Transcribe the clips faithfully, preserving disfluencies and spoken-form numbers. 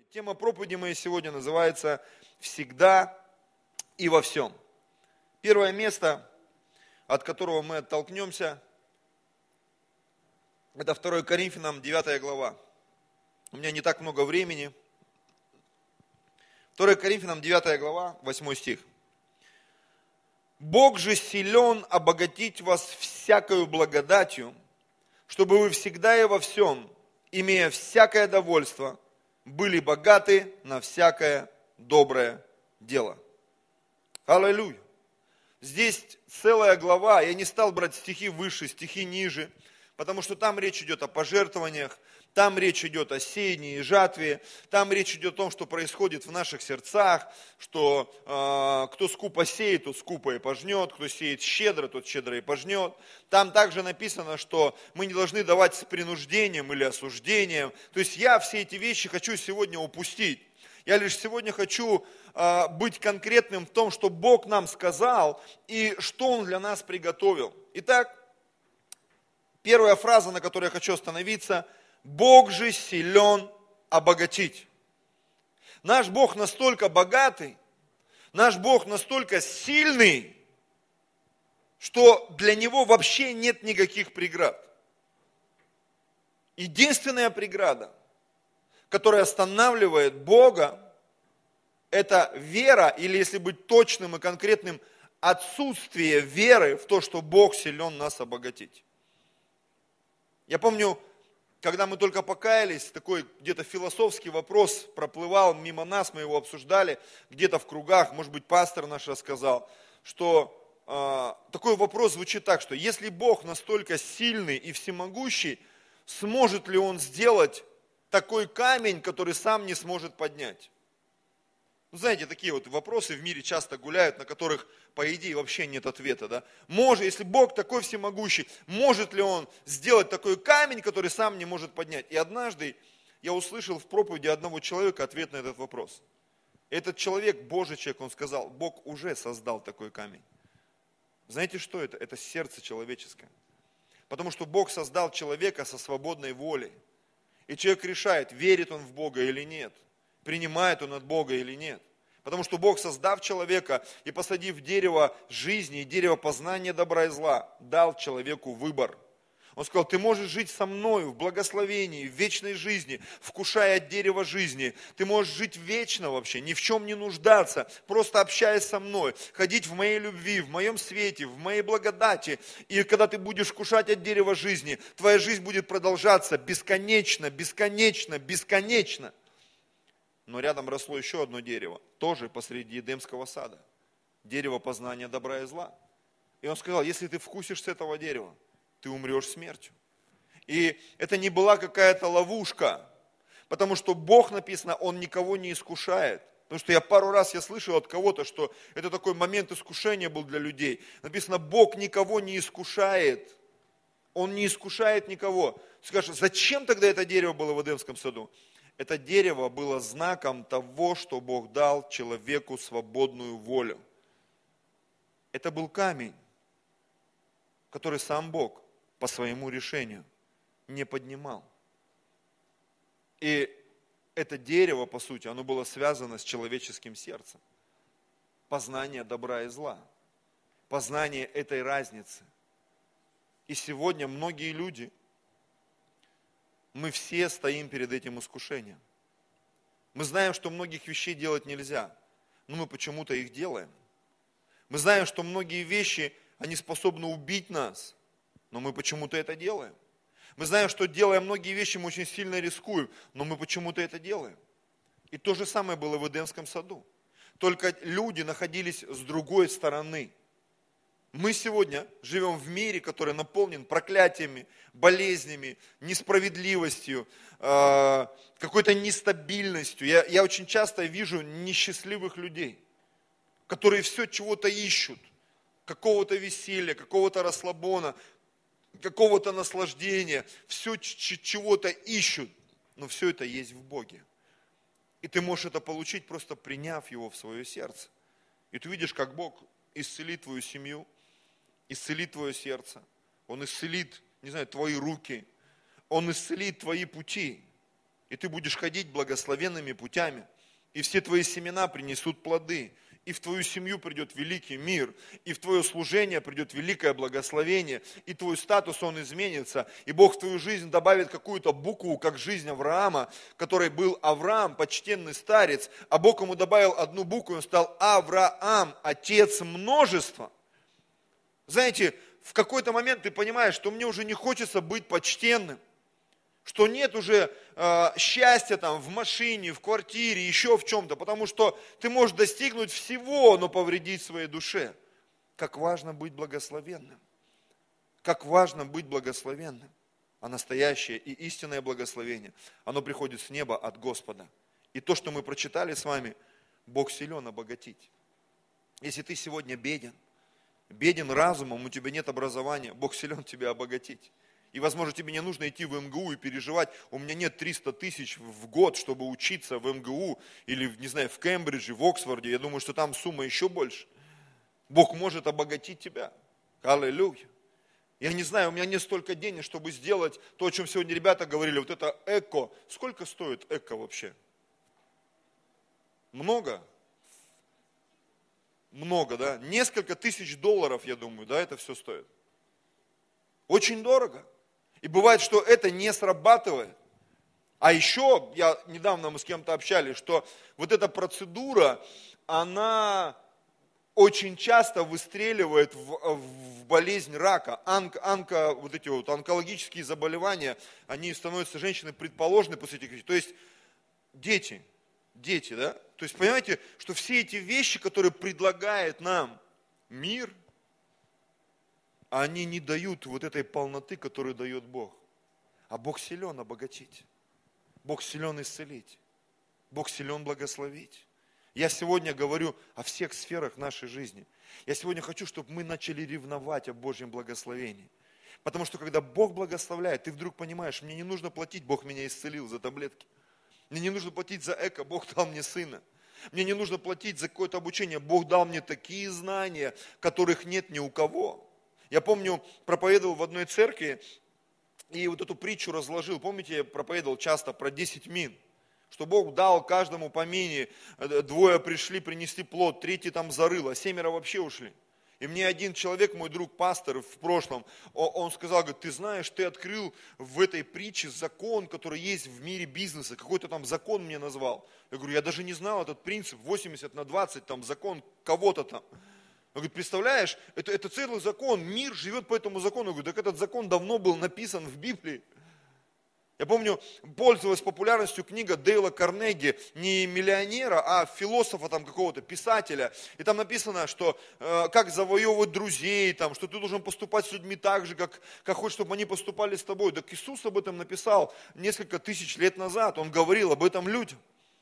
Тема проповеди моей сегодня называется «Всегда и во всем». Первое место, от которого мы оттолкнемся, это второе Коринфянам, девятая глава. У меня не так много времени. второе Коринфянам, девятая глава, восьмой стих. «Бог же силен обогатить вас всякою благодатью, чтобы вы всегда и во всем, имея всякое довольство, были богаты на всякое доброе дело». Аллилуйя! Здесь целая глава, я не стал брать стихи выше, стихи ниже, потому что там речь идет о пожертвованиях, там речь идет о сеянии и жатве, там речь идет о том, что происходит в наших сердцах, что э, кто скупо сеет, тот скупо и пожнет, кто сеет щедро, тот щедро и пожнет. Там также написано, что мы не должны давать с принуждением или осуждением. То есть я все эти вещи хочу сегодня упустить. Я лишь сегодня хочу э, быть конкретным в том, что Бог нам сказал и что Он для нас приготовил. Итак, первая фраза, на которой я хочу остановиться – Бог же силен обогатить. Наш Бог настолько богатый, наш Бог настолько сильный, что для Него вообще нет никаких преград. Единственная преграда, которая останавливает Бога, это вера, или если быть точным и конкретным, отсутствие веры в то, что Бог силен нас обогатить. Я помню, когда мы только покаялись, такой где-то философский вопрос проплывал мимо нас, мы его обсуждали, где-то в кругах, может быть, пастор наш рассказал, что э, такой вопрос звучит так, что если Бог настолько сильный и всемогущий, сможет ли Он сделать такой камень, который сам не сможет поднять? Ну, знаете, такие вот вопросы в мире часто гуляют, на которых, по идее, вообще нет ответа. Да? Может, если Бог такой всемогущий, может ли Он сделать такой камень, который сам не может поднять? И однажды я услышал в проповеди одного человека ответ на этот вопрос. Этот человек, Божий человек, он сказал, Бог уже создал такой камень. Знаете, что это? Это сердце человеческое. Потому что Бог создал человека со свободной волей. И человек решает, верит он в Бога или нет. Принимает он от Бога или нет. Потому что Бог, создав человека и посадив дерево жизни и дерево познания добра и зла, дал человеку выбор. Он сказал, ты можешь жить со мною в благословении, в вечной жизни, вкушая от дерева жизни. Ты можешь жить вечно вообще, ни в чем не нуждаться, просто общаясь со мной, ходить в моей любви, в моем свете, в моей благодати. И когда ты будешь вкушать от дерева жизни, твоя жизнь будет продолжаться бесконечно, бесконечно, бесконечно. Но рядом росло еще одно дерево, тоже посреди Эдемского сада. Дерево познания добра и зла. И он сказал, если ты вкусишь с этого дерева, ты умрешь смертью. И это не была какая-то ловушка, потому что Бог, написано, Он никого не искушает. Потому что я пару раз я слышал от кого-то, что это такой момент искушения был для людей. Написано, Бог никого не искушает. Он не искушает никого. Скажешь, зачем тогда это дерево было в Эдемском саду? Это дерево было знаком того, что Бог дал человеку свободную волю. Это был камень, который сам Бог по своему решению не поднимал. И это дерево, по сути, оно было связано с человеческим сердцем. Познание добра и зла. Познание этой разницы. И сегодня многие люди, мы все стоим перед этим искушением. Мы знаем, что многих вещей делать нельзя, но мы почему-то их делаем. Мы знаем, что многие вещи, они способны убить нас, но мы почему-то это делаем. Мы знаем, что делая многие вещи, мы очень сильно рискуем, но мы почему-то это делаем. И то же самое было в Эдемском саду. Только люди находились с другой стороны. Мы сегодня живем в мире, который наполнен проклятиями, болезнями, несправедливостью, какой-то нестабильностью. Я, я очень часто вижу несчастливых людей, которые все чего-то ищут, какого-то веселья, какого-то расслабона, какого-то наслаждения, все чего-то ищут, но все это есть в Боге. И ты можешь это получить, просто приняв Его в свое сердце. И ты видишь, как Бог исцелит твою семью, исцелит твое сердце, Он исцелит, не знаю, твои руки, Он исцелит твои пути. и ты будешь ходить благословенными путями, и все твои семена принесут плоды, и в твою семью придет великий мир, и в твое служение придет великое благословение, и твой статус, он изменится, и Бог в твою жизнь добавит какую-то букву, как жизнь Авраама, который был Авраам, почтенный старец, а Бог ему добавил одну букву, и он стал Авраам, отец множества. Знаете, в какой-то момент ты понимаешь, что мне уже не хочется быть почтенным, что нет уже э, счастья там в машине, в квартире, еще в чем-то, потому что ты можешь достигнуть всего, но повредить своей душе. Как важно быть благословенным. Как важно быть благословенным. А настоящее и истинное благословение, оно приходит с неба от Господа. И то, что мы прочитали с вами, Бог силен обогатить. Если ты сегодня беден, беден разумом, у тебя нет образования, Бог силен тебя обогатить. И, возможно, тебе не нужно идти в эм гэ у и переживать, у меня нет триста тысяч в год, чтобы учиться в эм гэ у, или, не знаю, в Кембридже, в Оксфорде. Я думаю, что там сумма еще больше. Бог может обогатить тебя. Аллилуйя. Я не знаю, у меня нет столько денег, чтобы сделать то, о чем сегодня ребята говорили, вот это эко. Сколько стоит эко вообще? Много? Много, да? Несколько тысяч долларов, я думаю, да, это все стоит. Очень дорого. И бывает, что это не срабатывает. А еще, я недавно мы с кем-то общались, что вот эта процедура, она очень часто выстреливает в, в болезнь рака. Онк, онко, вот эти вот онкологические заболевания, они становятся, женщины предположены после этих вещей. То есть дети, дети, да? То есть понимаете, что все эти вещи, которые предлагает нам мир, они не дают вот этой полноты, которую дает Бог. А Бог силен обогатить. Бог силен исцелить. Бог силен благословить. Я сегодня говорю о всех сферах нашей жизни. Я сегодня хочу, чтобы мы начали ревновать о Божьем благословении. Потому что когда Бог благословляет, ты вдруг понимаешь, мне не нужно платить, Бог меня исцелил за таблетки. Мне не нужно платить за эко, Бог дал мне сына. Мне не нужно платить за какое-то обучение, Бог дал мне такие знания, которых нет ни у кого. Я помню, проповедовал в одной церкви, и вот эту притчу разложил. Помните, я проповедовал часто про десять мин. Что Бог дал каждому по мине, двое пришли, принесли плод, третий там зарыл, а семеро вообще ушли. И мне один человек, мой друг, пастор в прошлом, он сказал, говорит, ты знаешь, ты открыл в этой притче закон, который есть в мире бизнеса, какой-то там закон мне назвал. Я говорю, я даже не знал этот принцип, восемьдесят на двадцать, там закон кого-то там. Он говорит, представляешь, это, это целый закон, мир живет по этому закону. Я говорю, так этот закон давно был написан в Библии. Я помню, пользовалась популярностью книга Дейла Карнеги, не миллионера, а философа там какого-то, писателя. И там написано, что э, как завоевывать друзей, там, что ты должен поступать с людьми так же, как, как хочешь, чтобы они поступали с тобой. Так Иисус об этом написал несколько тысяч лет назад, Он говорил об этом людям.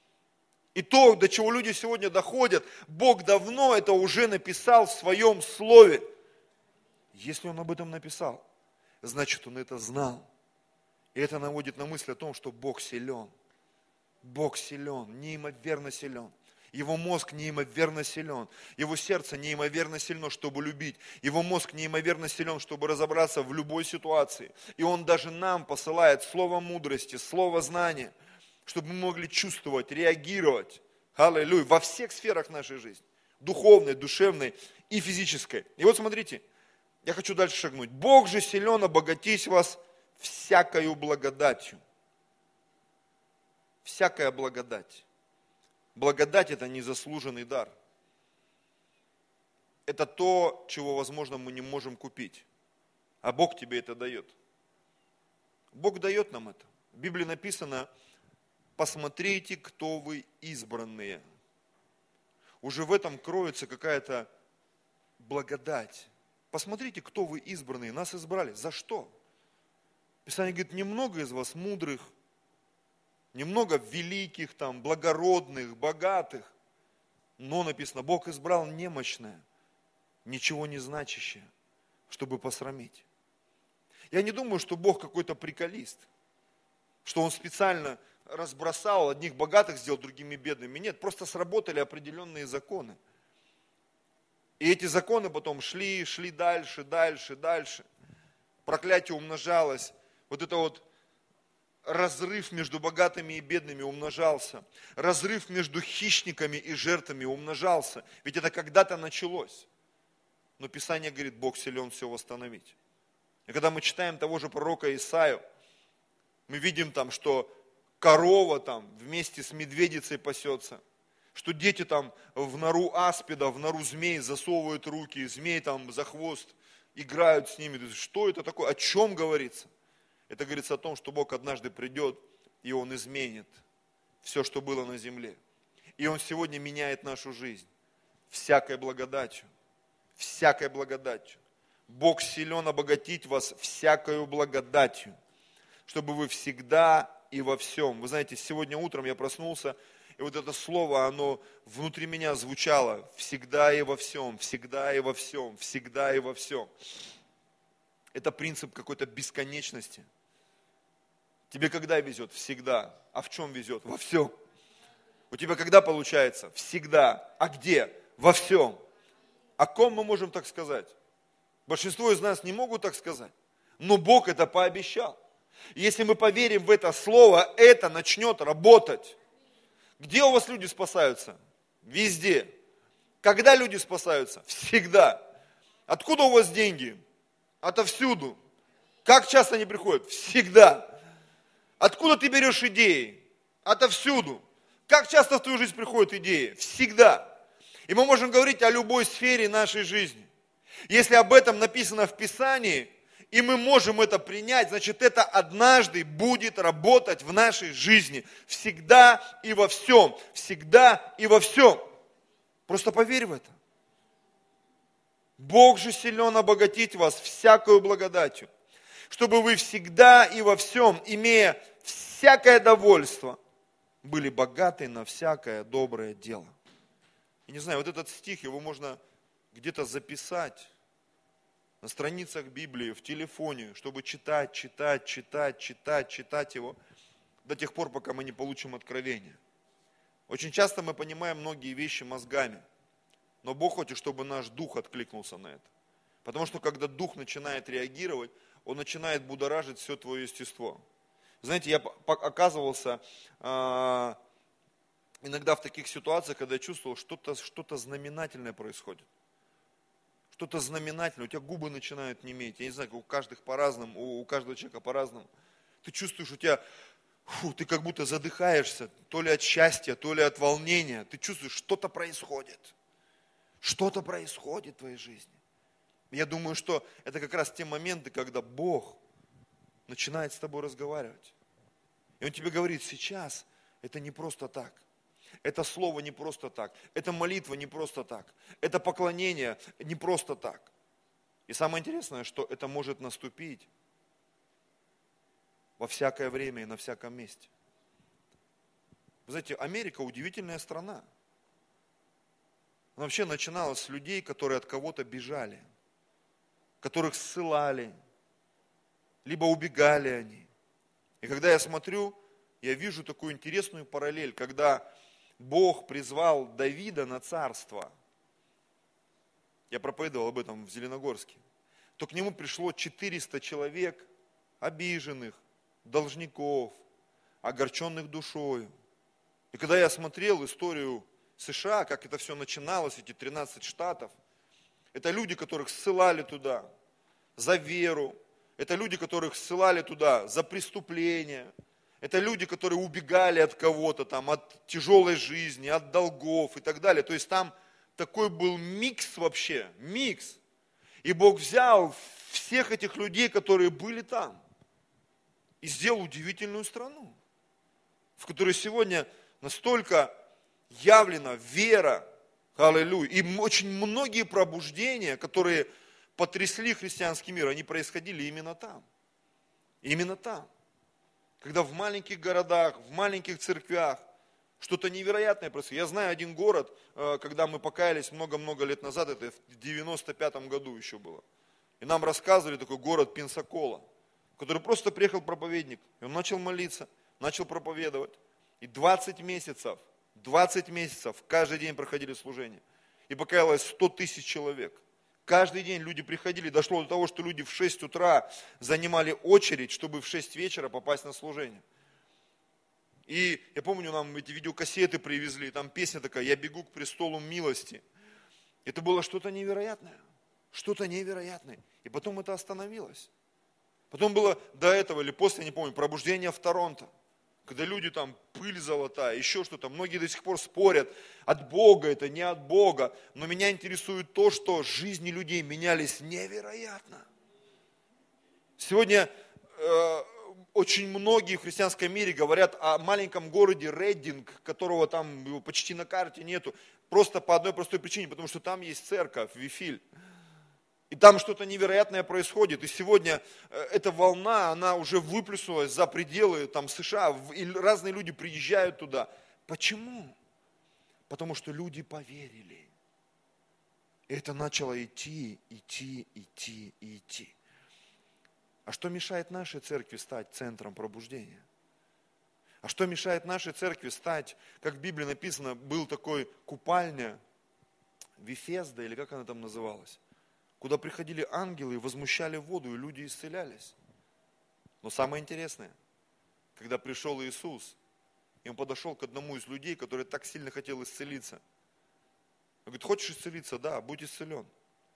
И то, до чего люди сегодня доходят, Бог давно это уже написал в своем слове. Если Он об этом написал, значит Он это знал. И это наводит на мысль о том, что Бог силен. Бог силен, неимоверно силен. Его мозг неимоверно силен. Его сердце неимоверно сильно, чтобы любить. Его мозг неимоверно силен, чтобы разобраться в любой ситуации. И Он даже нам посылает слово мудрости, слово знания, чтобы мы могли чувствовать, реагировать. Аллилуйя. Во всех сферах нашей жизни. Духовной, душевной и физической. И вот смотрите, я хочу дальше шагнуть. Бог же силен обогатить вас всякою благодатью. Всякая благодать. Благодать – это незаслуженный дар. Это то, чего, возможно, мы не можем купить. А Бог тебе это дает. Бог дает нам это. В Библии написано, посмотрите, кто вы избранные. Уже в этом кроется какая-то благодать. Посмотрите, кто вы избранные. Нас избрали. За что? Писание говорит, немного из вас мудрых, немного великих, там, благородных, богатых. Но написано, Бог избрал немощное, ничего не значащее, чтобы посрамить. Я не думаю, что Бог какой-то приколист, что Он специально разбросал, одних богатых сделал, другими бедными. Нет, просто сработали определенные законы. И эти законы потом шли, шли дальше, дальше, дальше. Проклятие умножалось. Вот это вот разрыв между богатыми и бедными умножался. Разрыв между хищниками и жертвами умножался. Ведь это когда-то началось. Но Писание говорит, Бог силен все восстановить. И когда мы читаем того же пророка Исаию, мы видим там, что корова там вместе с медведицей пасется, что дети там в нору аспида, в нору змей засовывают руки, змей там за хвост, играют с ними. Что это такое? О чем говорится? Это говорится о том, что Бог однажды придет, и Он изменит все, что было на земле. И Он сегодня меняет нашу жизнь всякой благодатью. Всякой благодатью. Бог силен обогатить вас всякою благодатью, чтобы вы всегда и во всем. Вы знаете, сегодня утром я проснулся, и вот это слово, оно внутри меня звучало. Всегда и во всем, всегда и во всем, всегда и во всем. Это принцип какой-то бесконечности. Тебе когда везет? Всегда. А в чем везет? Во всем. У тебя когда получается? Всегда. А где? Во всем. О ком мы можем так сказать? Большинство из нас не могут так сказать. Но Бог это пообещал. И если мы поверим в это слово, это начнет работать. Где у вас люди спасаются? Везде. Когда люди спасаются? Всегда. Откуда у вас деньги? Отовсюду. Как часто они приходят? Всегда. Откуда ты берешь идеи? Отовсюду. Как часто в твою жизнь приходят идеи? Всегда. И мы можем говорить о любой сфере нашей жизни. Если об этом написано в Писании, и мы можем это принять, значит, это однажды будет работать в нашей жизни. Всегда и во всем. Всегда и во всем. Просто поверь в это. Бог же силен обогатить вас всякою благодатью, чтобы вы всегда и во всем, имея всякое довольство, были богаты на всякое доброе дело. И не знаю, вот этот стих, его можно где-то записать на страницах Библии, в телефоне, чтобы читать, читать, читать, читать, читать его до тех пор, пока мы не получим откровение. Очень часто мы понимаем многие вещи мозгами, но Бог хочет, чтобы наш дух откликнулся на это. Потому что когда дух начинает реагировать, он начинает будоражить все твое естество. Знаете, я оказывался э, иногда в таких ситуациях, когда я чувствовал, что-то, что-то знаменательное происходит. Что-то знаменательное, у тебя губы начинают неметь. Я не знаю, у каждого по-разному, у каждого человека по-разному. Ты чувствуешь, у тебя, фу, ты как будто задыхаешься, то ли от счастья, то ли от волнения. Ты чувствуешь, что-то происходит. Что-то происходит в твоей жизни. Я думаю, что это как раз те моменты, когда Бог начинает с тобой разговаривать. И Он тебе говорит, сейчас это не просто так. Это слово не просто так. Это молитва не просто так. Это поклонение не просто так. И самое интересное, что это может наступить во всякое время и на всяком месте. Вы знаете, Америка удивительная страна. Она вообще начиналась с людей, которые от кого-то бежали, которых ссылали, либо убегали они. И когда я смотрю, я вижу такую интересную параллель, когда Бог призвал Давида на царство. Я проповедовал об этом в Зеленогорске. То к нему пришло четыреста человек, обиженных, должников, огорченных душою. И когда я смотрел историю США, как это все начиналось, эти тринадцать штатов, это люди, которых ссылали туда за веру, это люди, которых ссылали туда за преступления, это люди, которые убегали от кого-то, там, от тяжелой жизни, от долгов и так далее. То есть там такой был микс вообще, микс. И Бог взял всех этих людей, которые были там, и сделал удивительную страну, в которой сегодня настолько явлена вера, аллилуйя. И очень многие пробуждения, которые потрясли христианский мир, они происходили именно там. Именно там. Когда в маленьких городах, в маленьких церквях что-то невероятное происходит. Я знаю один город, когда мы покаялись много-много лет назад, это в девяносто пятом году еще было. И нам рассказывали такой город Пенсакола, в который просто приехал проповедник. И он начал молиться, начал проповедовать. И двадцать месяцев, двадцать месяцев каждый день проходили служения. И покаялось сто тысяч человек. Каждый день люди приходили, дошло до того, что люди в шесть утра занимали очередь, чтобы в шесть вечера попасть на служение. И я помню, нам эти видеокассеты привезли, там песня такая «Я бегу к престолу милости». Это было что-то невероятное, что-то невероятное. И потом это остановилось. Потом было до этого или после, я не помню, пробуждение в Торонто. Когда люди там, пыль золотая, еще что-то, многие до сих пор спорят, от Бога это, не от Бога. Но меня интересует то, что жизни людей менялись невероятно. Сегодня э, очень многие в христианском мире говорят о маленьком городе Реддинг, которого там его почти на карте нету. Просто по одной простой причине, потому что там есть церковь, Вифиль. И там что-то невероятное происходит. И сегодня эта волна, она уже выплеснулась за пределы там, США. И разные люди приезжают туда. Почему? Потому что люди поверили. И это начало идти, идти, идти и идти. А что мешает нашей церкви стать центром пробуждения? А что мешает нашей церкви стать, как в Библии написано, был такой купальня, Вифезда, или как она там называлась? Куда приходили ангелы и возмущали воду, и люди исцелялись. Но самое интересное, когда пришел Иисус, и Он подошел к одному из людей, который так сильно хотел исцелиться. Он говорит, хочешь исцелиться? Да, будь исцелен.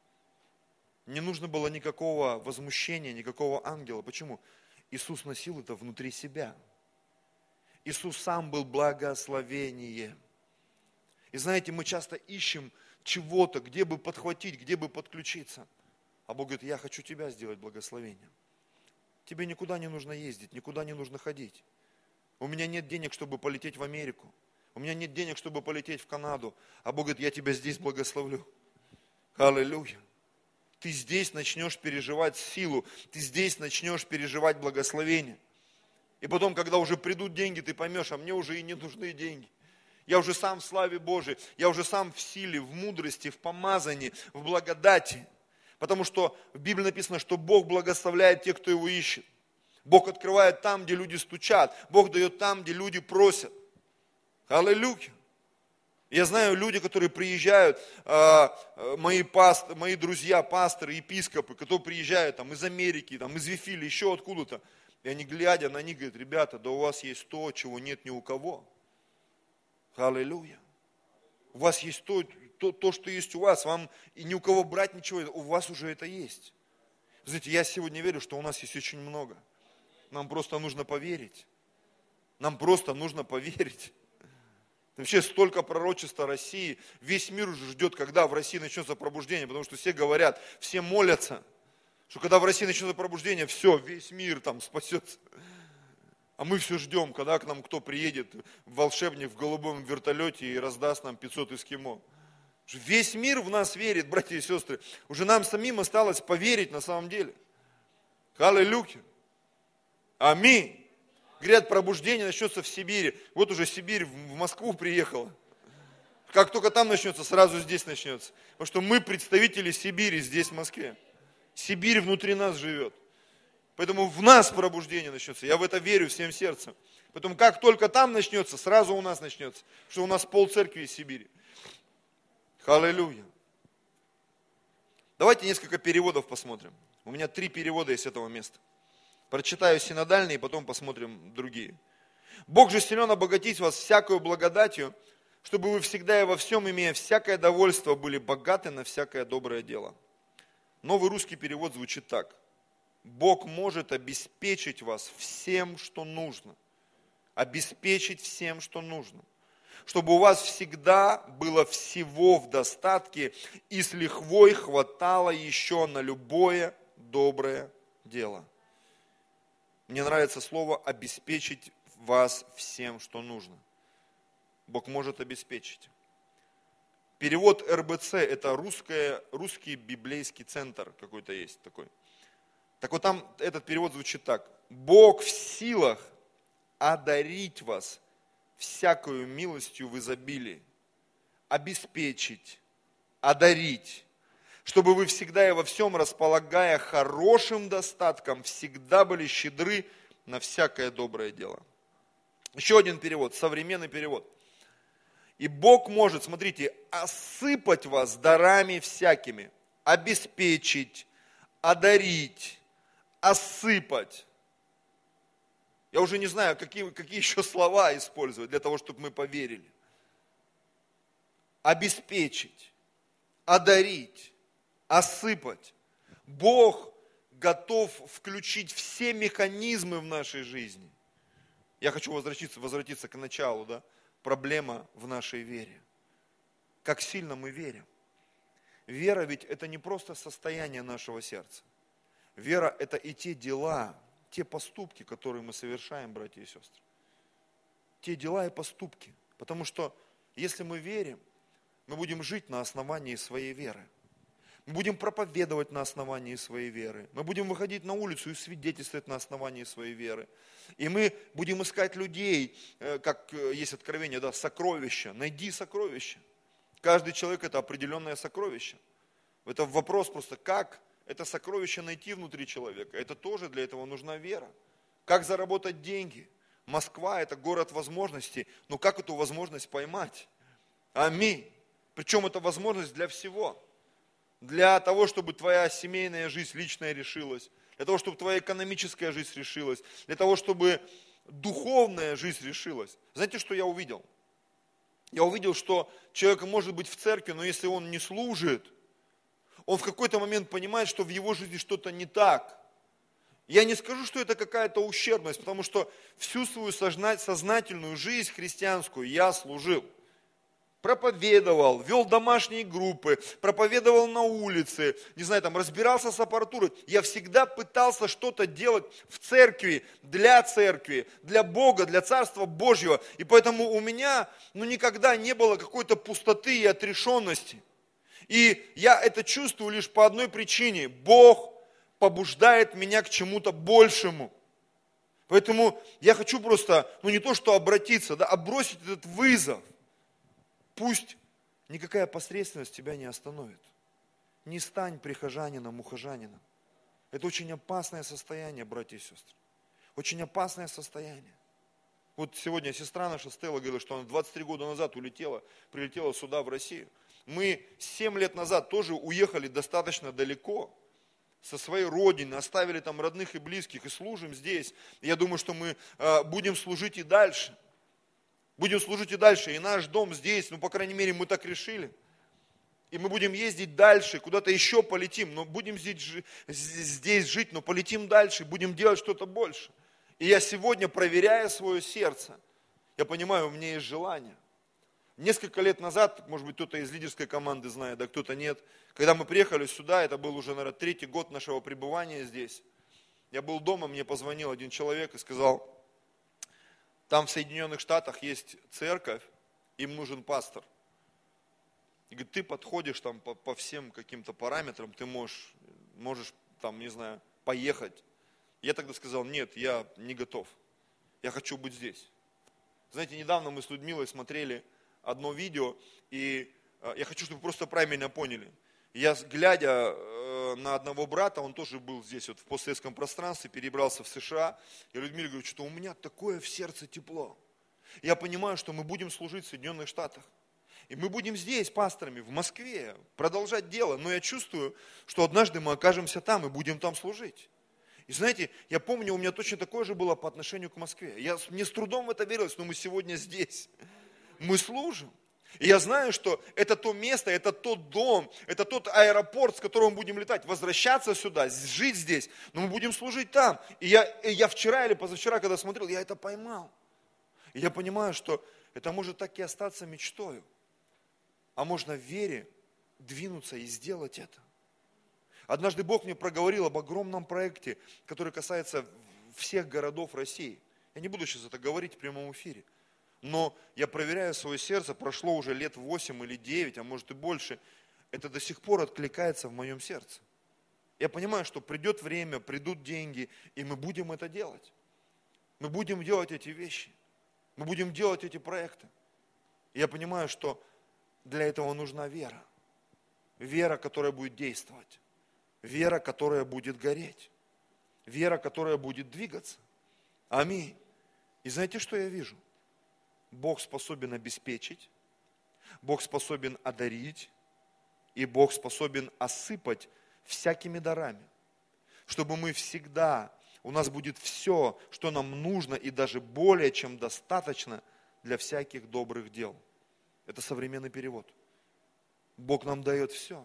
Не нужно было никакого возмущения, никакого ангела. Почему? Иисус носил это внутри себя. Иисус сам был благословение. И знаете, мы часто ищем чего-то, где бы подхватить, где бы подключиться. А Бог говорит, я хочу тебя сделать благословением. Тебе никуда не нужно ездить, никуда не нужно ходить. У меня нет денег, чтобы полететь в Америку. У меня нет денег, чтобы полететь в Канаду. А Бог говорит, я тебя здесь благословлю. Аллилуйя. Ты здесь начнешь переживать силу. Ты здесь начнешь переживать благословение. И потом, когда уже придут деньги, ты поймешь, а мне уже и не нужны деньги. Я уже сам в славе Божией, я уже сам в силе, в мудрости, в помазании, в благодати. Потому что в Библии написано, что Бог благословляет тех, кто Его ищет. Бог открывает там, где люди стучат. Бог дает там, где люди просят. Аллилуйя. Я знаю люди, которые приезжают, мои, паст, мои друзья, пасторы, епископы, которые приезжают там, из Америки, там, из Вифиля, еще откуда-то. И они, глядя на них, говорят, ребята, да у вас есть то, чего нет ни у кого. Аллилуйя. У вас есть то, то, то, что есть у вас, вам и ни у кого брать ничего, у вас уже это есть. Знаете, я сегодня верю, что у нас есть очень много. Нам просто нужно поверить. Нам просто нужно поверить. Вообще столько пророчества России, весь мир уже ждет, когда в России начнется пробуждение, потому что все говорят, все молятся, что когда в России начнется пробуждение, все, весь мир там спасется. А мы все ждем, когда к нам кто приедет, волшебник в голубом вертолете и раздаст нам пятьсот эскимо. Весь мир в нас верит, братья и сестры. Уже нам самим осталось поверить на самом деле. Аллилуйя. Аминь. Говорят, пробуждение начнется в Сибири. Вот уже Сибирь в Москву приехала. Как только там начнется, сразу здесь начнется. Потому что мы представители Сибири здесь, в Москве. Сибирь внутри нас живет. Поэтому в нас пробуждение начнется. Я в это верю всем сердцем. Поэтому как только там начнется, сразу у нас начнется. Потому что у нас полцеркви из Сибири. Аллилуйя. Давайте несколько переводов посмотрим. У меня три перевода из этого места. Прочитаю синодальные, и потом посмотрим другие. Бог же силен обогатить вас всякою благодатью, чтобы вы всегда и во всем, имея всякое довольство, были богаты на всякое доброе дело. Новый русский перевод звучит так. Бог может обеспечить вас всем, что нужно. Обеспечить всем, что нужно. Чтобы у вас всегда было всего в достатке и с лихвой хватало еще на любое доброе дело. Мне нравится слово «обеспечить вас всем, что нужно». Бог может обеспечить. Перевод эр бэ цэ – это русское, русский библейский центр какой-то есть такой. Так вот там этот перевод звучит так. Бог в силах одарить вас всякою милостью в изобилии, обеспечить, одарить, чтобы вы всегда и во всем, располагая хорошим достатком, всегда были щедры на всякое доброе дело. Еще один перевод, современный перевод. И Бог может, смотрите, осыпать вас дарами всякими, обеспечить, одарить, осыпать. Я уже не знаю, какие, какие еще слова использовать для того, чтобы мы поверили. Обеспечить, одарить, осыпать. Бог готов включить все механизмы в нашей жизни. Я хочу возвратиться, возвратиться к началу, да? Проблема в нашей вере. Как сильно мы верим. Вера ведь это не просто состояние нашего сердца. Вера это и те дела, те поступки, которые мы совершаем, братья и сестры. Те дела и поступки. Потому что если мы верим, мы будем жить на основании своей веры. Мы будем проповедовать на основании своей веры. Мы будем выходить на улицу и свидетельствовать на основании своей веры. И мы будем искать людей, как есть откровение, да, сокровища. Найди сокровища. Каждый человек это определенное сокровище. Это вопрос просто, как это сокровище найти внутри человека. Это тоже для этого нужна вера. Как заработать деньги? Москва это город возможностей, но как эту возможность поймать? Аминь. Причем это возможность для всего. Для того, чтобы твоя семейная жизнь личная решилась. Для того, чтобы твоя экономическая жизнь решилась. Для того, чтобы духовная жизнь решилась. Знаете, что я увидел? Я увидел, что человек может быть в церкви, но если он не служит, он в какой-то момент понимает, что в его жизни что-то не так. Я не скажу, что это какая-то ущербность, потому что всю свою сознательную жизнь христианскую я служил. Проповедовал, вел домашние группы, проповедовал на улице, не знаю, там, разбирался с аппаратурой. Я всегда пытался что-то делать в церкви, для церкви, для Бога, для Царства Божьего. И поэтому у меня ну, никогда не было какой-то пустоты и отрешенности. И я это чувствую лишь по одной причине. Бог побуждает меня к чему-то большему. Поэтому я хочу просто, ну не то что обратиться, да, а бросить этот вызов. Пусть никакая посредственность тебя не остановит. Не стань прихожанином, ухожанином. Это очень опасное состояние, братья и сестры. Очень опасное состояние. Вот сегодня сестра наша Стелла говорила, что она двадцать три года назад улетела, прилетела сюда, в Россию. Мы семь лет назад тоже уехали достаточно далеко со своей родины, оставили там родных и близких и служим здесь. Я думаю, что мы э, будем служить и дальше. Будем служить и дальше, и наш дом здесь, ну, по крайней мере, мы так решили. И мы будем ездить дальше, куда-то еще полетим, но будем здесь, здесь жить, но полетим дальше, будем делать что-то больше. И я сегодня, проверяя свое сердце, я понимаю, у меня есть желание. Несколько лет назад, может быть, кто-то из лидерской команды знает, да кто-то нет, когда мы приехали сюда, это был уже, наверное, третий год нашего пребывания здесь. Я был дома, мне позвонил один человек и сказал, там в Соединенных Штатах есть церковь, им нужен пастор. И говорит, ты подходишь там по, по всем каким-то параметрам, ты можешь, можешь там, не знаю, поехать. Я тогда сказал, нет, я не готов, я хочу быть здесь. Знаете, недавно мы с Людмилой смотрели одно видео, и э, я хочу, чтобы вы просто правильно поняли. Я, глядя э, на одного брата, он тоже был здесь, вот в постсоветском пространстве, перебрался в США, я Людмиле говорю, что у меня такое в сердце тепло. Я понимаю, что мы будем служить в Соединенных Штатах. И мы будем здесь, пасторами, в Москве, продолжать дело. Но я чувствую, что однажды мы окажемся там и будем там служить. И знаете, я помню, у меня точно такое же было по отношению к Москве. Я, мне с трудом в это верилось, но мы сегодня здесь. Мы служим. И я знаю, что это то место, это тот дом, это тот аэропорт, с которого мы будем летать, возвращаться сюда, жить здесь, но мы будем служить там. И я, и я вчера или позавчера, когда смотрел, я это поймал. И я понимаю, что это может так и остаться мечтою, а можно в вере двинуться и сделать это. Однажды Бог мне проговорил об огромном проекте, который касается всех городов России. Я не буду сейчас это говорить в прямом эфире. Но я проверяю свое сердце, прошло уже лет восемь или девять, а может и больше, это до сих пор откликается в моем сердце. Я понимаю, что придет время, придут деньги, и мы будем это делать. Мы будем делать эти вещи, мы будем делать эти проекты. И я понимаю, что для этого нужна вера. Вера, которая будет действовать. Вера, которая будет гореть. Вера, которая будет двигаться. Аминь. И знаете, что я вижу? Бог способен обеспечить, Бог способен одарить, и Бог способен осыпать всякими дарами, чтобы мы всегда У нас будет все, что нам нужно, и даже более чем достаточно для всяких добрых дел. Это современный перевод. Бог нам дает все.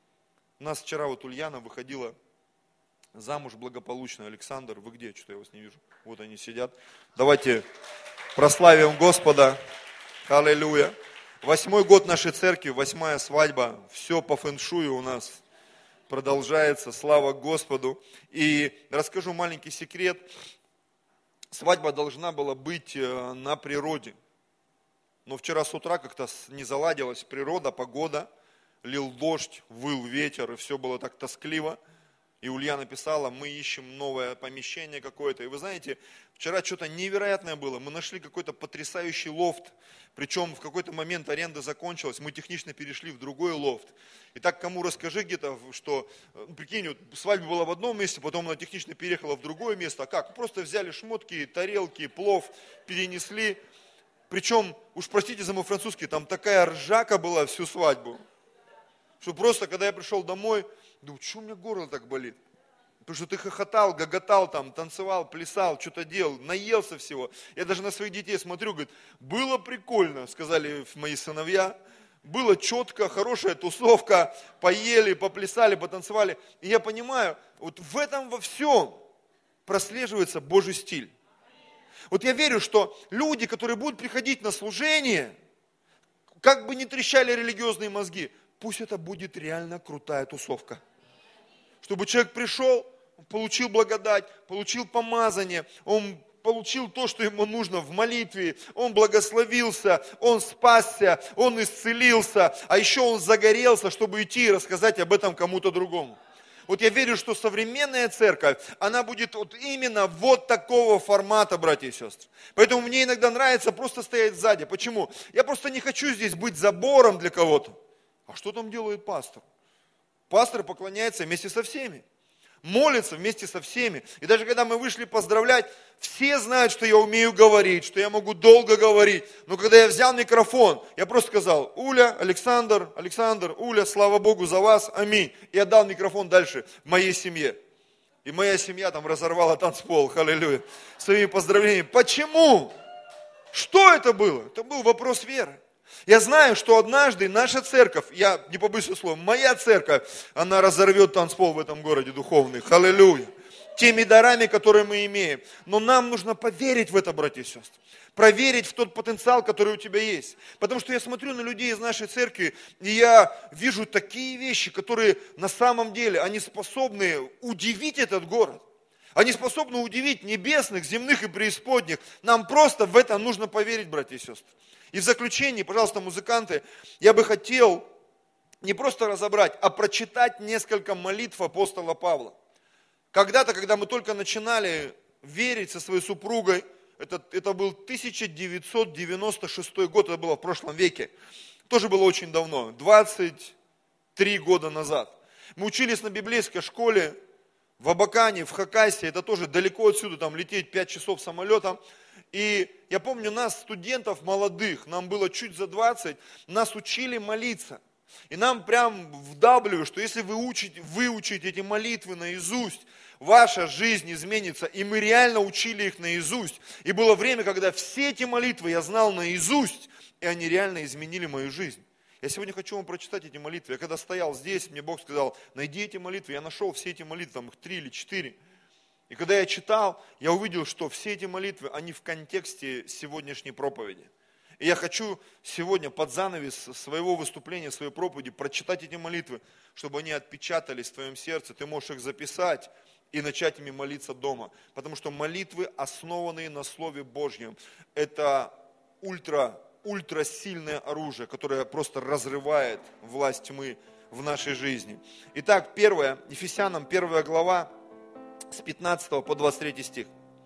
У нас вчера вот Ульяна выходила замуж благополучно. Александр, вы где? Что-то я вас не вижу. Вот они сидят. Давайте прославим Господа. Аллилуйя. Восьмой год нашей церкви, восьмая свадьба. Все по фэншую у нас продолжается. Слава Господу. И расскажу маленький секрет. Свадьба должна была быть на природе. Но вчера с утра как-то не заладилась природа, погода. Лил дождь, выл ветер, и все было так тоскливо. И Ульяна написала, мы ищем новое помещение какое-то. И вы знаете, вчера что-то невероятное было. Мы нашли какой-то потрясающий лофт. Причем в какой-то момент аренда закончилась. Мы технично перешли в другой лофт. И так кому расскажи где-то, что, прикинь, вот свадьба была в одном месте, потом она технично переехала в другое место. А как? Просто взяли шмотки, тарелки, плов, перенесли. Причем, уж простите за мой французский, там такая ржака была всю свадьбу. Что просто, когда я пришел домой, думаю, что у меня горло так болит? Потому что ты хохотал, гоготал там, танцевал, плясал, что-то делал, наелся всего. Я даже на своих детей смотрю, говорит, было прикольно, сказали мои сыновья. Было четко, хорошая тусовка, поели, поплясали, потанцевали. И я понимаю, вот в этом во всем прослеживается Божий стиль. Вот я верю, что люди, которые будут приходить на служение, как бы ни трещали религиозные мозги, пусть это будет реально крутая тусовка. Чтобы человек пришел, получил благодать, получил помазание, он получил то, что ему нужно в молитве, он благословился, он спасся, он исцелился, а еще он загорелся, чтобы идти и рассказать об этом кому-то другому. Вот я верю, что современная церковь, она будет вот именно вот такого формата, братья и сестры. Поэтому мне иногда нравится просто стоять сзади. Почему? Я просто не хочу здесь быть забором для кого-то. А что там делает пастор? Пастор поклоняется вместе со всеми. Молится вместе со всеми. И даже когда мы вышли поздравлять, все знают, что я умею говорить, что я могу долго говорить. Но когда я взял микрофон, я просто сказал, Уля, Александр, Александр, Уля, слава Богу за вас, аминь. И отдал микрофон дальше моей семье. И моя семья там разорвала танцпол, аллилуйя, своими поздравлениями. Почему? Что это было? Это был вопрос веры. Я знаю, что однажды наша церковь, я не побоюсь слова, моя церковь, она разорвет танцпол в этом городе духовный. Аллилуйя. Теми дарами, которые мы имеем. Но нам нужно поверить в это, братья и сестры. Проверить в тот потенциал, который у тебя есть. Потому что я смотрю на людей из нашей церкви, и я вижу такие вещи, которые на самом деле, они способны удивить этот город. Они способны удивить небесных, земных и преисподних. Нам просто в это нужно поверить, братья и сестры. И в заключение, пожалуйста, музыканты, я бы хотел не просто разобрать, а прочитать несколько молитв апостола Павла. Когда-то, когда мы только начинали верить со своей супругой, это, это был тысяча девятьсот девяносто шестой год, это было в прошлом веке, тоже было очень давно, двадцать три года назад. Мы учились на библейской школе в Абакане, в Хакасии, это тоже далеко отсюда, там лететь пять часов самолетом. И я помню, нас, студентов молодых, нам было чуть за двадцать, нас учили молиться. И нам прям вдавливают, что если вы учите, выучите эти молитвы наизусть, ваша жизнь изменится. И мы реально учили их наизусть. И было время, когда все эти молитвы я знал наизусть, и они реально изменили мою жизнь. Я сегодня хочу вам прочитать эти молитвы. Я когда стоял здесь, мне Бог сказал, найди эти молитвы. Я нашел все эти молитвы, там их три или четыре. И когда я читал, я увидел, что все эти молитвы, они в контексте сегодняшней проповеди. И я хочу сегодня под занавес своего выступления, своей проповеди прочитать эти молитвы, чтобы они отпечатались в твоем сердце. Ты можешь их записать и начать ими молиться дома. Потому что молитвы, основанные на Слове Божьем, это ультра, ультра сильное оружие, которое просто разрывает власть тьмы в нашей жизни. Итак, первое, Ефесянам первая глава, с пятнадцатого по двадцать третий стих.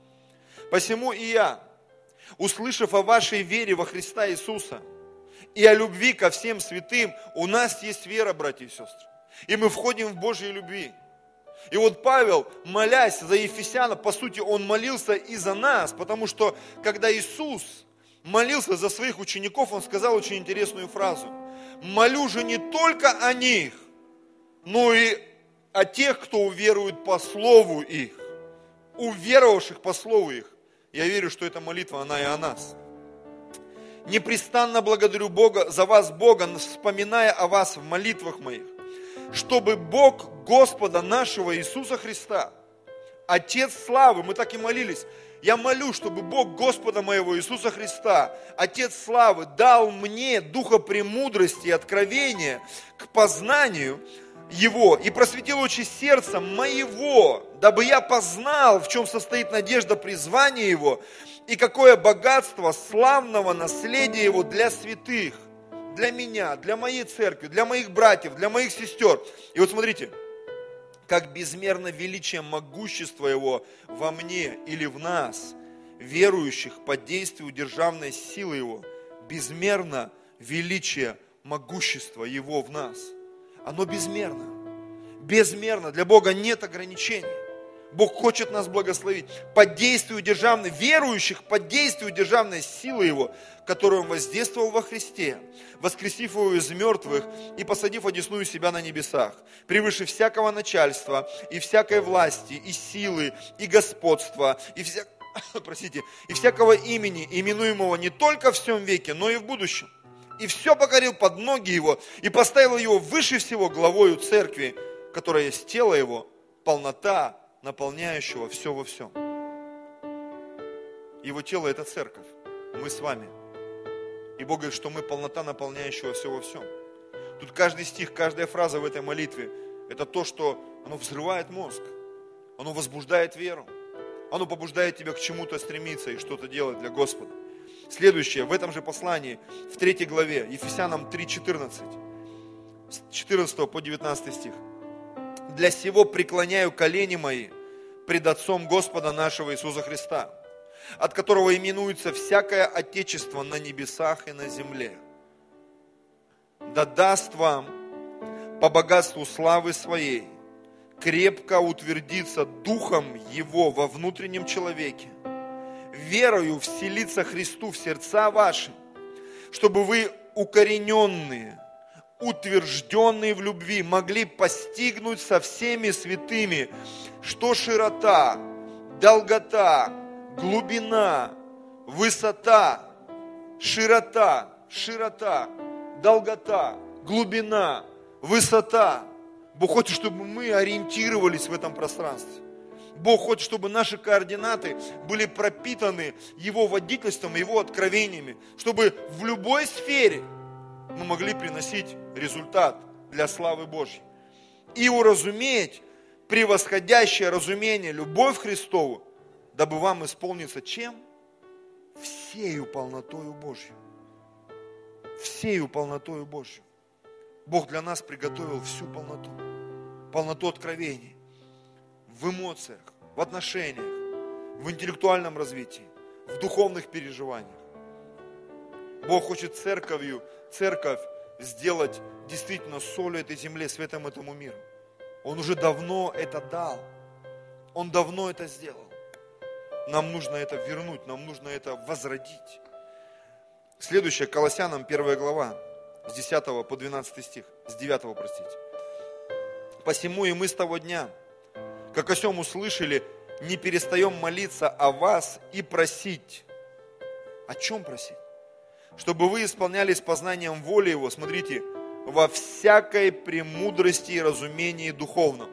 «Посему и я, услышав о вашей вере во Христа Иисуса и о любви ко всем святым, у нас есть вера, братья и сестры, и мы входим в Божьей любви». И вот Павел, молясь за Ефесяна, по сути, он молился и за нас, потому что, когда Иисус молился за своих учеников, он сказал очень интересную фразу. «Молю же не только о них, но и о тех, кто уверует по слову их». уверовавших по слову их. Я верю, что эта молитва, она и о нас. Непрестанно благодарю Бога за вас, Бога, вспоминая о вас в молитвах моих, чтобы Бог Господа нашего Иисуса Христа, Отец славы, мы так и молились, я молю, чтобы Бог Господа моего Иисуса Христа, Отец славы, дал мне духа премудрости и откровения к познанию Его и просветил очи сердца моего, дабы я познал, в чем состоит надежда призвания Его и какое богатство славного наследия Его для святых, для меня, для моей церкви, для моих братьев, для моих сестер. И вот смотрите, как безмерно величие могущества Его во мне или в нас, верующих под действием державной силы Его, безмерно величие могущества Его в нас. Оно безмерно. Безмерно. Для Бога нет ограничений. Бог хочет нас благословить. Под действием державной, верующих под действием державной силы Его, которую Он воздействовал во Христе, воскресив Его из мертвых и посадив одесную себя на небесах, превыше всякого начальства и всякой власти, и силы, и господства, и, вся... Простите, и всякого имени, именуемого не только в всем веке, но и в будущем. И все покорил под ноги Его, и поставил Его выше всего главою церкви, которая есть тело Его, полнота, наполняющего все во всем. Его тело – это церковь, мы с вами. И Бог говорит, что мы полнота, наполняющего все во всем. Тут каждый стих, каждая фраза в этой молитве – это то, что оно взрывает мозг, оно возбуждает веру, оно побуждает тебя к чему-то стремиться и что-то делать для Господа. Следующее, в этом же послании, в третьей главе, Ефесянам три четырнадцать, с четырнадцатого по девятнадцатый стих. «Для сего преклоняю колени мои пред Отцом Господа нашего Иисуса Христа, от которого именуется всякое Отечество на небесах и на земле. Да даст вам по богатству славы Своей крепко утвердиться Духом Его во внутреннем человеке, верою вселиться Христу в сердца ваши, чтобы вы укорененные, утвержденные в любви, могли постигнуть со всеми святыми, что широта, долгота, глубина, высота, широта, широта, долгота, глубина, высота. Бог хочет, чтобы мы ориентировались в этом пространстве. Бог хочет, чтобы наши координаты были пропитаны Его водительством, Его откровениями, чтобы в любой сфере мы могли приносить результат для славы Божьей. И уразуметь превосходящее разумение, любовь Христову, дабы вам исполниться чем? Всею полнотою Божью. Всею полнотою Божью. Бог для нас приготовил всю полноту. Полноту откровений. В эмоциях, в отношениях, в интеллектуальном развитии, в духовных переживаниях. Бог хочет церковью, церковь сделать действительно солью этой земли, светом этому миру. Он уже давно это дал. Он давно это сделал. Нам нужно это вернуть, нам нужно это возродить. Следующее, Колоссянам, первая глава, с десятого по двенадцатый стих, с девятого, простите. «Посему и мы с того дня, как о сем услышали, не перестаем молиться о вас и просить». О чем просить? Чтобы вы исполнялись познанием воли Его, смотрите, во всякой премудрости и разумении духовном.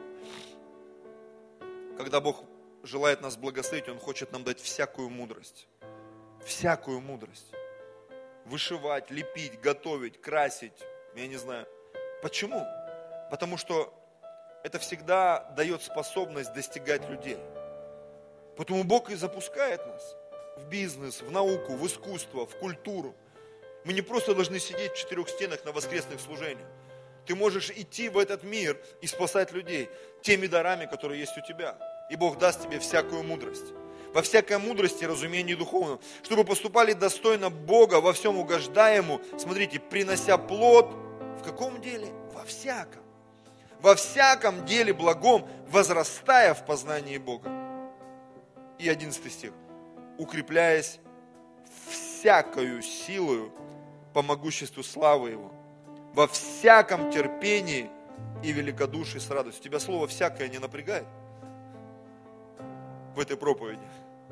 Когда Бог желает нас благословить, Он хочет нам дать всякую мудрость. Всякую мудрость. Вышивать, лепить, готовить, красить, я не знаю. Почему? Потому что это всегда дает способность достигать людей. Поэтому Бог и запускает нас в бизнес, в науку, в искусство, в культуру. Мы не просто должны сидеть в четырех стенах на воскресных служениях. Ты можешь идти в этот мир и спасать людей теми дарами, которые есть у тебя. И Бог даст тебе всякую мудрость. Во всякой мудрости, разумении духовном, чтобы поступали достойно Бога, во всем угождая Ему, смотрите, принося плод, в каком деле? Во всяком. Во всяком деле благом, возрастая в познании Бога. И одиннадцатый стих. Укрепляясь всякою силою по могуществу славы Его, во всяком терпении и великодушии с радостью. Тебя слово «всякое» не напрягает? в этой проповеди.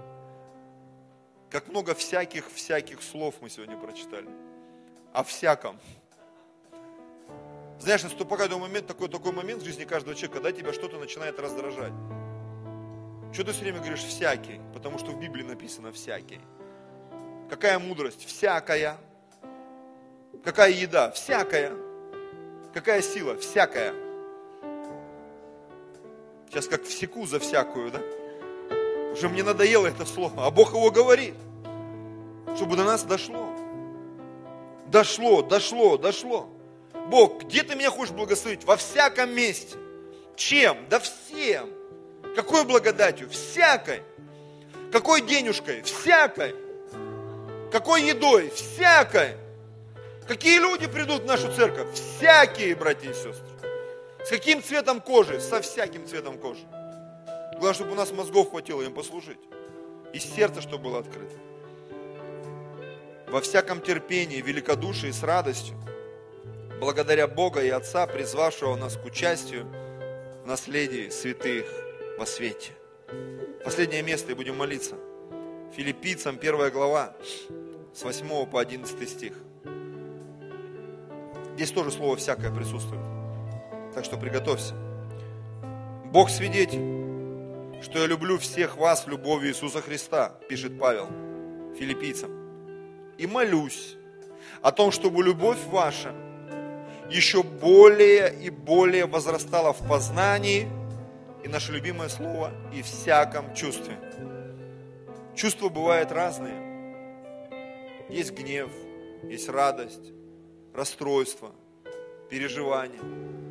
Как много всяких-всяких слов мы сегодня прочитали. О всяком. Знаешь, наступает момент, такой, такой момент в жизни каждого человека, когда тебя что-то начинает раздражать. Что ты все время говоришь «всякий», потому что в Библии написано «всякий». Какая мудрость? Всякая. Какая еда? Всякая. Какая сила? Всякая. Сейчас как всеку за всякую, да? Уже мне надоело это слово, а Бог его говорит, чтобы до нас дошло. Дошло, дошло, дошло. Бог, где ты меня хочешь благословить? Во всяком месте. Чем? Да всем. Какой благодатью? Всякой. Какой денежкой? Всякой. Какой едой? Всякой. Какие люди придут в нашу церковь? Всякие, братья и сестры. С каким цветом кожи? Со всяким цветом кожи. Главное, чтобы у нас мозгов хватило им послужить. И сердце, чтобы было открыто. Во всяком терпении, великодушии, с радостью, благодаря Бога и Отца, призвавшего нас к участию в наследии святых во свете. Последнее место, и будем молиться. Филиппийцам, первая глава, с восьмого по одиннадцатый стих. Здесь тоже слово «всякое» присутствует. Так что приготовься. Бог свидетель, что я люблю всех вас в любови Иисуса Христа, пишет Павел филиппийцам. И молюсь о том, чтобы любовь ваша еще более и более возрастала в познании, и наше любимое слово, и всяком чувстве. Чувства бывают разные. Есть гнев, есть радость, расстройство, переживания.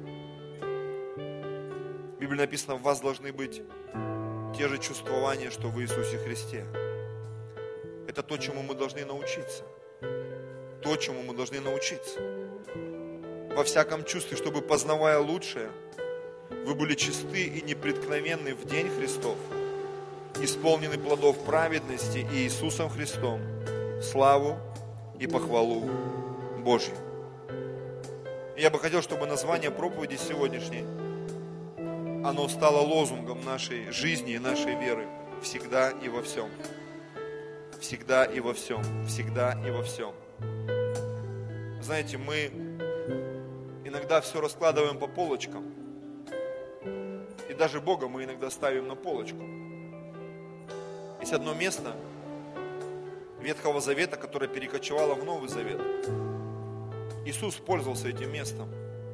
В Библии написано, в вас должны быть те же чувствования, что в Иисусе Христе. Это то, чему мы должны научиться. То, чему мы должны научиться. Во всяком чувстве, чтобы, познавая лучшее, вы были чисты и непреткновенны в день Христов, исполнены плодов праведности и Иисусом Христом, славу и похвалу Божью. И я бы хотел, чтобы название проповеди сегодняшней, оно стало лозунгом нашей жизни и нашей веры. Всегда и во всем. Всегда и во всем. Всегда и во всем. Знаете, мы иногда все раскладываем по полочкам. И даже Бога мы иногда ставим на полочку. Есть одно место Ветхого Завета, которое перекочевало в Новый Завет. Иисус пользовался этим местом.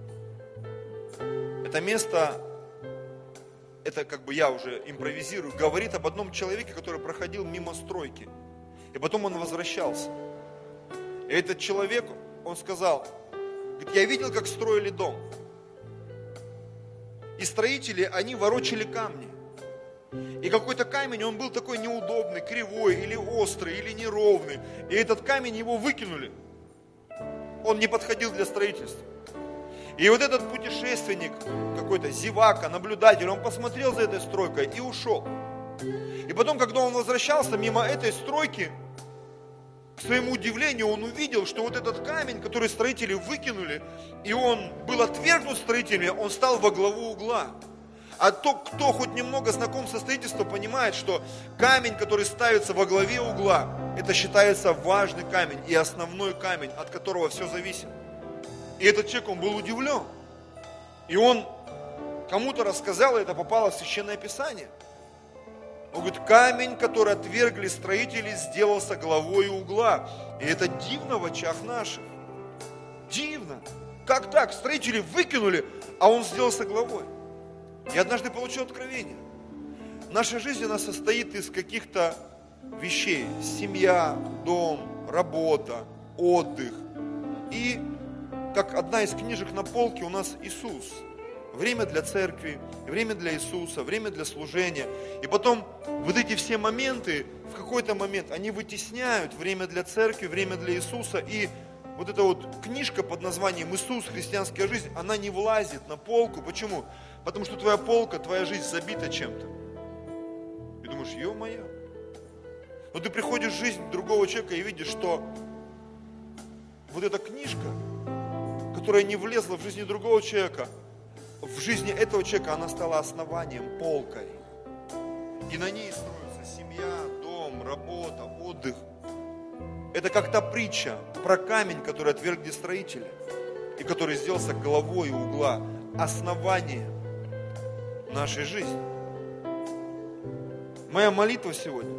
Это место, это как бы я уже импровизирую, говорит об одном человеке, который проходил мимо стройки. И потом он возвращался. И этот человек, он сказал, говорит, я видел, как строили дом. И строители, они ворочали камни. И какой-то камень, он был такой неудобный, кривой, или острый, или неровный. И этот камень его выкинули. Он не подходил для строительства. И вот этот путешественник, какой-то зевака, наблюдатель, он посмотрел за этой стройкой и ушел. И потом, когда он возвращался мимо этой стройки, к своему удивлению, он увидел, что вот этот камень, который строители выкинули, и он был отвергнут строителями, он стал во главу угла. А то, кто хоть немного знаком со строительством, понимает, что камень, который ставится во главе угла, это считается важный камень и основной камень, от которого все зависит. И этот человек, он был удивлен. И он кому-то рассказал, и это попало в Священное Писание. Он говорит, камень, который отвергли строители, сделался главой угла. И это дивно в очах наших. Дивно. Как так? Строители выкинули, а он сделался главой. Я однажды получил откровение. Наша жизнь, она состоит из каких-то вещей. Семья, дом, работа, отдых. И как одна из книжек на полке у нас Иисус. Время для церкви, время для Иисуса, время для служения. И потом вот эти все моменты, в какой-то момент, они вытесняют время для церкви, время для Иисуса. И вот эта вот книжка под названием «Иисус. Христианская жизнь», она не влазит на полку. Почему? Потому что твоя полка, твоя жизнь забита чем-то. И думаешь, ё-моё. Но ты приходишь в жизнь другого человека и видишь, что вот эта книжка, которая не влезла в жизнь другого человека, в жизни этого человека она стала основанием, полкой. И на ней строится семья, дом, работа, отдых. Это как та притча про камень, который отвергли строители, и который сделался головой у угла, основание нашей жизни. Моя молитва сегодня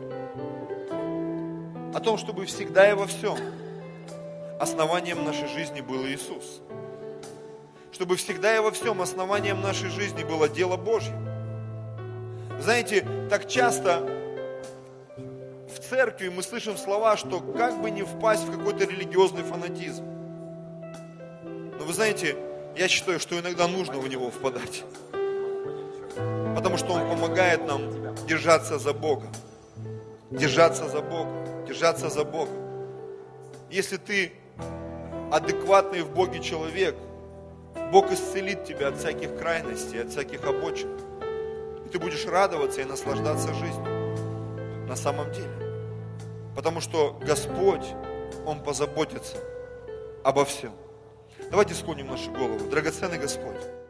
о том, чтобы всегда и во всем основанием нашей жизни был Иисус. Чтобы всегда и во всем основанием нашей жизни было дело Божье. Знаете, так часто в церкви мы слышим слова, что как бы не впасть в какой-то религиозный фанатизм. Но вы знаете, я считаю, что иногда нужно в него впадать. Потому что он помогает нам держаться за Бога. Держаться за Бога. Держаться за Бога. Если ты адекватный в Боге человек, Бог исцелит тебя от всяких крайностей, от всяких обочин. И ты будешь радоваться и наслаждаться жизнью. На самом деле. Потому что Господь, Он позаботится обо всем. Давайте склоним нашу голову. Драгоценный Господь.